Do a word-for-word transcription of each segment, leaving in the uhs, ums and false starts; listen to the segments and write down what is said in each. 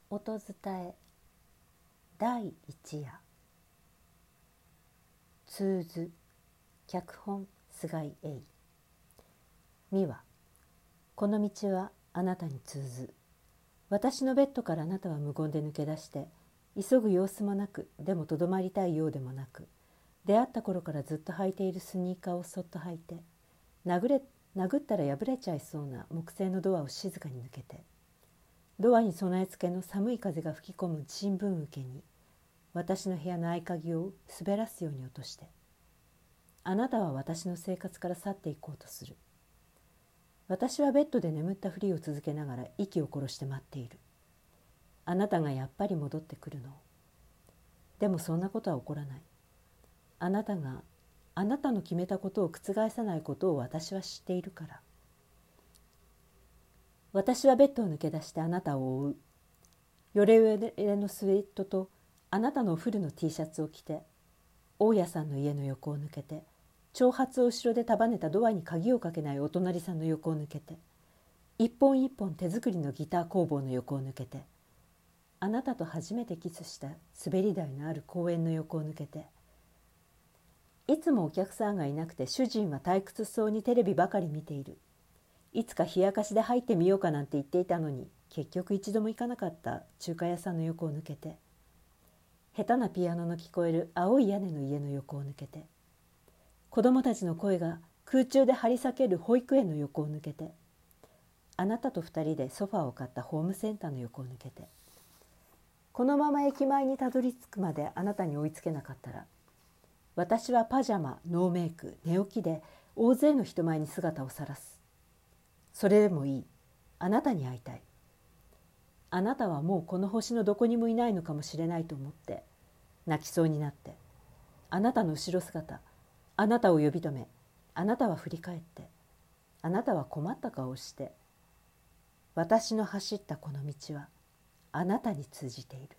音伝えだいいち夜通ず脚本菅井栄美和この道はあなたに通ず。私のベッドからあなたは無言で抜け出して急ぐ様子もなく、でもとどまりたいようでもなく、出会った頃からずっと履いているスニーカーをそっと履いて、殴れ殴ったら破れちゃいそうな木製のドアを静かに抜けて、ドアに備え付けの寒い風が吹き込む新聞受けに私の部屋の合鍵を滑らすように落として、あなたは私の生活から去っていこうとする。私はベッドで眠ったふりを続けながら息を殺して待っている。あなたがやっぱり戻ってくるのを。でもそんなことは起こらない。あなたがあなたの決めたことを覆さないことを私は知っているから。私はベッドを抜け出してあなたを追う。ヨレヨレのスウェットとあなたのフルの T シャツを着て、大家さんの家の横を抜けて、長髪を後ろで束ねたドアに鍵をかけないお隣さんの横を抜けて、一本一本手作りのギター工房の横を抜けて、あなたと初めてキスした滑り台のある公園の横を抜けて、いつもお客さんがいなくて主人は退屈そうにテレビばかり見ている。いつか冷やかしで入ってみようかなんて言っていたのに、結局一度も行かなかった中華屋さんの横を抜けて、下手なピアノの聞こえる青い屋根の家の横を抜けて、子供たちの声が空中で張り裂ける保育園の横を抜けて、あなたと二人でソファーを買ったホームセンターの横を抜けて、このまま駅前にたどり着くまであなたに追いつけなかったら、私はパジャマ、ノーメイク、寝起きで大勢の人前に姿を晒す。それでもいい。あなたに会いたい。あなたはもうこの星のどこにもいないのかもしれないと思って泣きそうになって、あなたの後ろ姿、あなたを呼び止め、あなたは振り返って、あなたは困った顔をして、私の走ったこの道はあなたに通じている。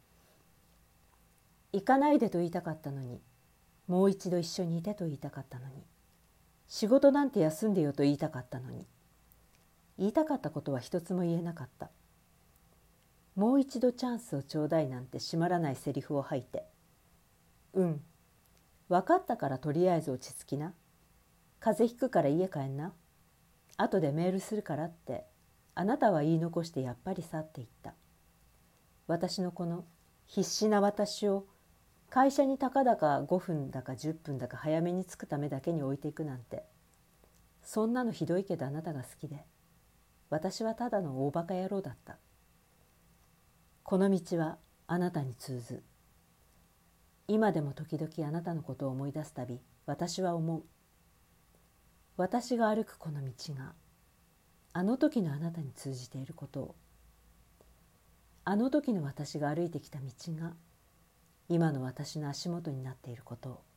行かないでと言いたかったのに、もう一度一緒にいてと言いたかったのに、仕事なんて休んでよと言いたかったのに、言いたかったことは一つも言えなかった。もう一度チャンスをちょうだいなんて締まらないセリフを吐いて、うん、分かったからとりあえず落ち着きな。風邪ひくから家帰んな。後でメールするからってあなたは言い残してやっぱり去っていった。私のこの必死な私を会社にたかだかごふんだかじゅっぷんだか早めに着くためだけに置いていくなんて、そんなのひどいけどあなたが好きで、私はただの大バカ野郎だった。この道はあなたに通ず。今でも時々あなたのことを思い出すたび、私は思う。私が歩くこの道があの時のあなたに通じていることを、あの時の私が歩いてきた道が今の私の足元になっていることを。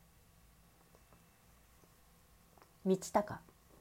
道高。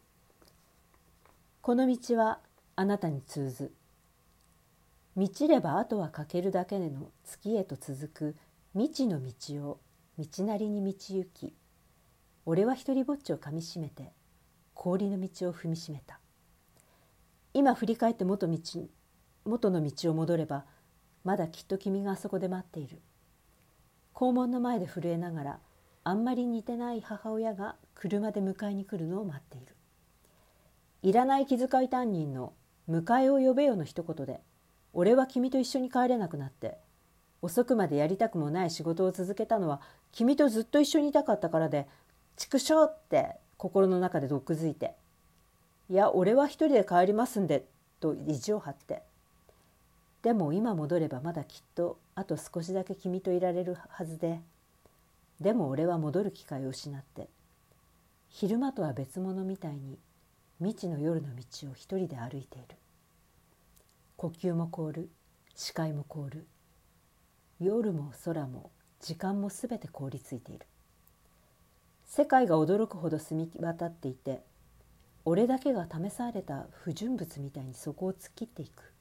この道はあなたに通ず。満ちればあとは駆けるだけの月へと続く未知の道を道なりに道行き、俺は一りぼっちをかみしめて氷の道を踏みしめた。今振り返って元道元の道を戻れば、まだきっと君があそこで待っている。校門の前で震えながら、あんまり似てない母親が車で迎えに来るのを待っている。いらない気遣い担任の迎えを呼べよの一言で、俺は君と一緒に帰れなくなって、遅くまでやりたくもない仕事を続けたのは君とずっと一緒にいたかったからで、畜生って心の中でどっくづいて、いや俺は一人で帰りますんでと意地を張って、でも今戻ればまだきっとあと少しだけ君といられるはずで、でも俺は戻る機会を失って、昼間とは別物みたいに未知の夜の道を一人で歩いている。呼吸も凍る、視界も凍る、夜も空も時間もすべて凍りついている。世界が驚くほど澄み渡っていて、俺だけが試された不純物みたいにそこを突っ切っていく。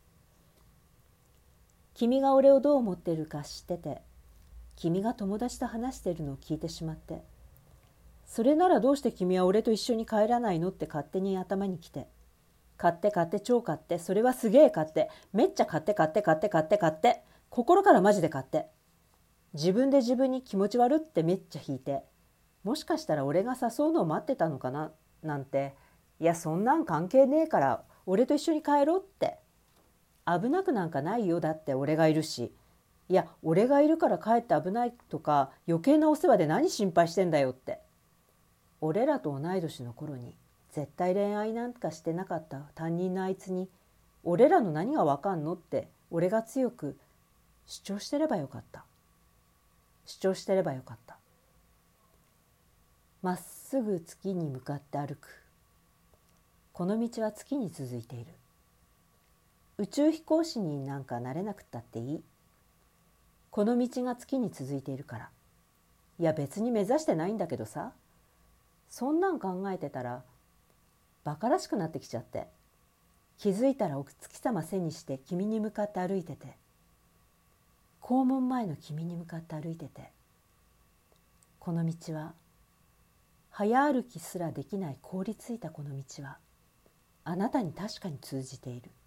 君が俺をどう思っているか知ってて、君が友達と話しているのを聞いてしまって、それならどうして君は俺と一緒に帰らないのって勝手に頭に来て、 買って買って超買って、それはすげえ買って、めっちゃ買って買って買って買って買って、心からマジで買って、自分で自分に気持ち悪ってめっちゃ引いて、もしかしたら俺が誘うのを待ってたのかななんて、いやそんなん関係ねえから俺と一緒に帰ろうって、危なくなんかないよ、だって俺がいるし、いや俺がいるから帰って危ないとか余計なお世話で何心配してんだよって。俺らと同い年の頃に絶対恋愛なんかしてなかった担任のあいつに俺らの何がわかんのって俺が強く主張してればよかった。主張してればよかった。まっすぐ月に向かって歩く。この道は月に続いている。宇宙飛行士になんかなれなくったっていい。この道が月に続いているから。いや別に目指してないんだけどさ。そんなん考えてたらバカらしくなってきちゃって、気づいたらお月様背にして君に向かって歩いてて、校門前の君に向かって歩いてて、この道は早歩きすらできない凍りついたこの道はあなたに確かに通じている。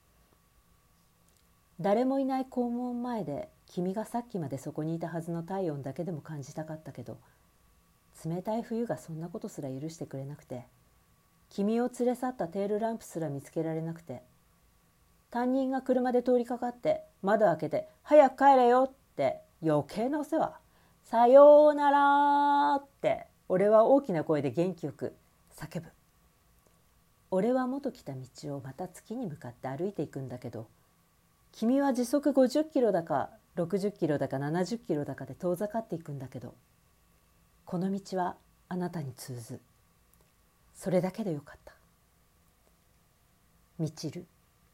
誰もいない校門前で君がさっきまでそこにいたはずの体温だけでも感じたかったけど、冷たい冬がそんなことすら許してくれなくて、君を連れ去ったテールランプすら見つけられなくて、担任が車で通りかかって窓開けて早く帰れよって余計なお世話、さようならって俺は大きな声で元気よく叫ぶ。俺は元来た道をまた月に向かって歩いていくんだけど、君は時速ごじゅっキロだかろくじゅっキロだかななじゅっキロだかで遠ざかっていくんだけど、この道はあなたに通ず。それだけでよかった。みちる。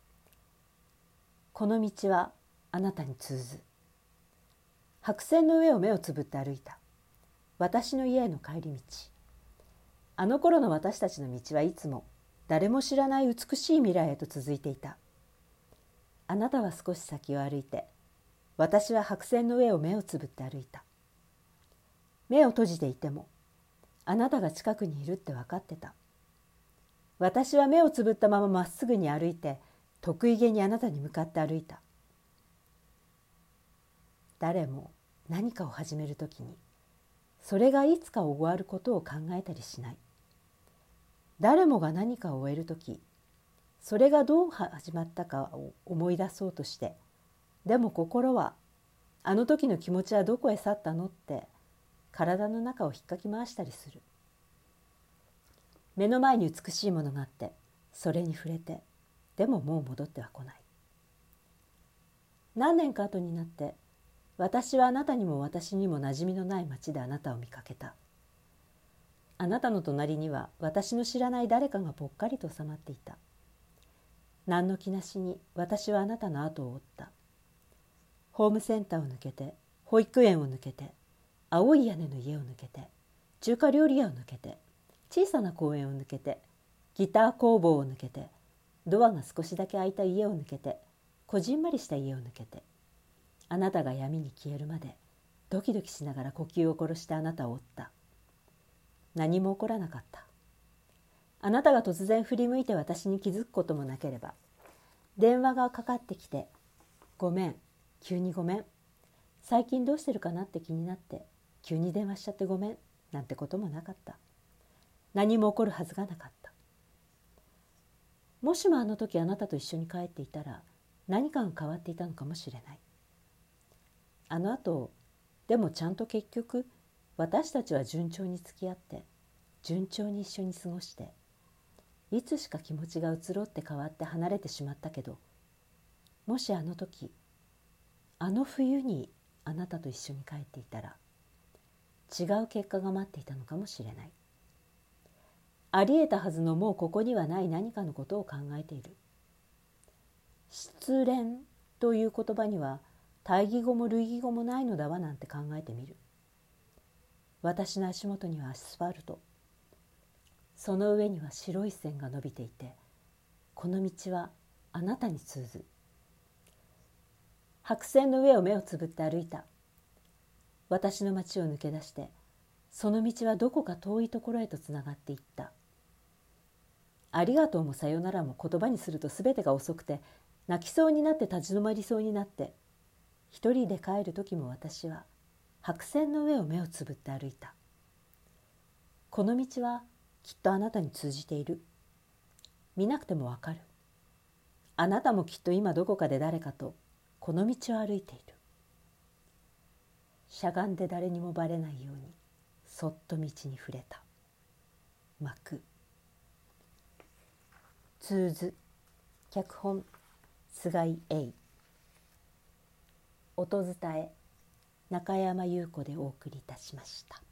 この道はあなたに通ず。白線の上を目をつぶって歩いた。私の家への帰り道。あの頃の私たちの道はいつも誰も知らない美しい未来へと続いていた。あなたは少し先を歩いて、私は白線の上を目をつぶって歩いた。目を閉じていてもあなたが近くにいるって分かってた。私は目をつぶったまままっすぐに歩いて、得意げにあなたに向かって歩いた。誰も何かを始めるときにそれがいつか終わることを考えたりしない。誰もが何かを終えるとき、それがどう始まったかを思い出そうとして、でも心はあの時の気持ちはどこへ去ったのって体の中を引っかき回したりする。目の前に美しいものがあってそれに触れて、でももう戻っては来ない。何年か後になって私はあなたにも私にも馴染みのない街であなたを見かけた。あなたの隣には私の知らない誰かがぽっかりと収まっていた。何の気なしに私はあなたの後を追った。ホームセンターを抜けて、保育園を抜けて、青い屋根の家を抜けて、中華料理屋を抜けて、小さな公園を抜けて、ギター工房を抜けて、ドアが少しだけ開いた家を抜けて、こじんまりした家を抜けて、あなたが闇に消えるまでドキドキしながら呼吸を殺してあなたを追った。何も起こらなかった。あなたが突然振り向いて私に気づくこともなければ、電話がかかってきて、ごめん、急にごめん、最近どうしてるかなって気になって急に電話しちゃってごめんなんてこともなかった。何も起こるはずがなかった。もしもあの時あなたと一緒に帰っていたら何かが変わっていたのかもしれない。あの後でもちゃんと結局私たちは順調に付き合って順調に一緒に過ごして、いつしか気持ちが移ろって変わって離れてしまったけど、もしあの時あの冬にあなたと一緒に帰っていたら違う結果が待っていたのかもしれない。あり得たはずのもうここにはない何かのことを考えている。失恋という言葉には対義語も類義語もないのだわなんて考えてみる。私の足元にはアスファルト、その上には白い線が伸びていて、この道はあなたに通ず。白線の上を目をつぶって歩いた。私の町を抜け出してその道はどこか遠いところへとつながっていった。 ありがとうもさよならも言葉にするとすべてが遅くて、泣きそうになって立ち止まりそうになって、一人で帰る時も私は白線の上を目をつぶって歩いた。この道はきっとあなたに通じている。見なくてもわかる。あなたもきっと今どこかで誰かとこの道を歩いている。しゃがんで誰にもバレないようにそっと道に触れた。幕。通ず。脚本菅井栄。音伝え中山優子でお送りいたしました。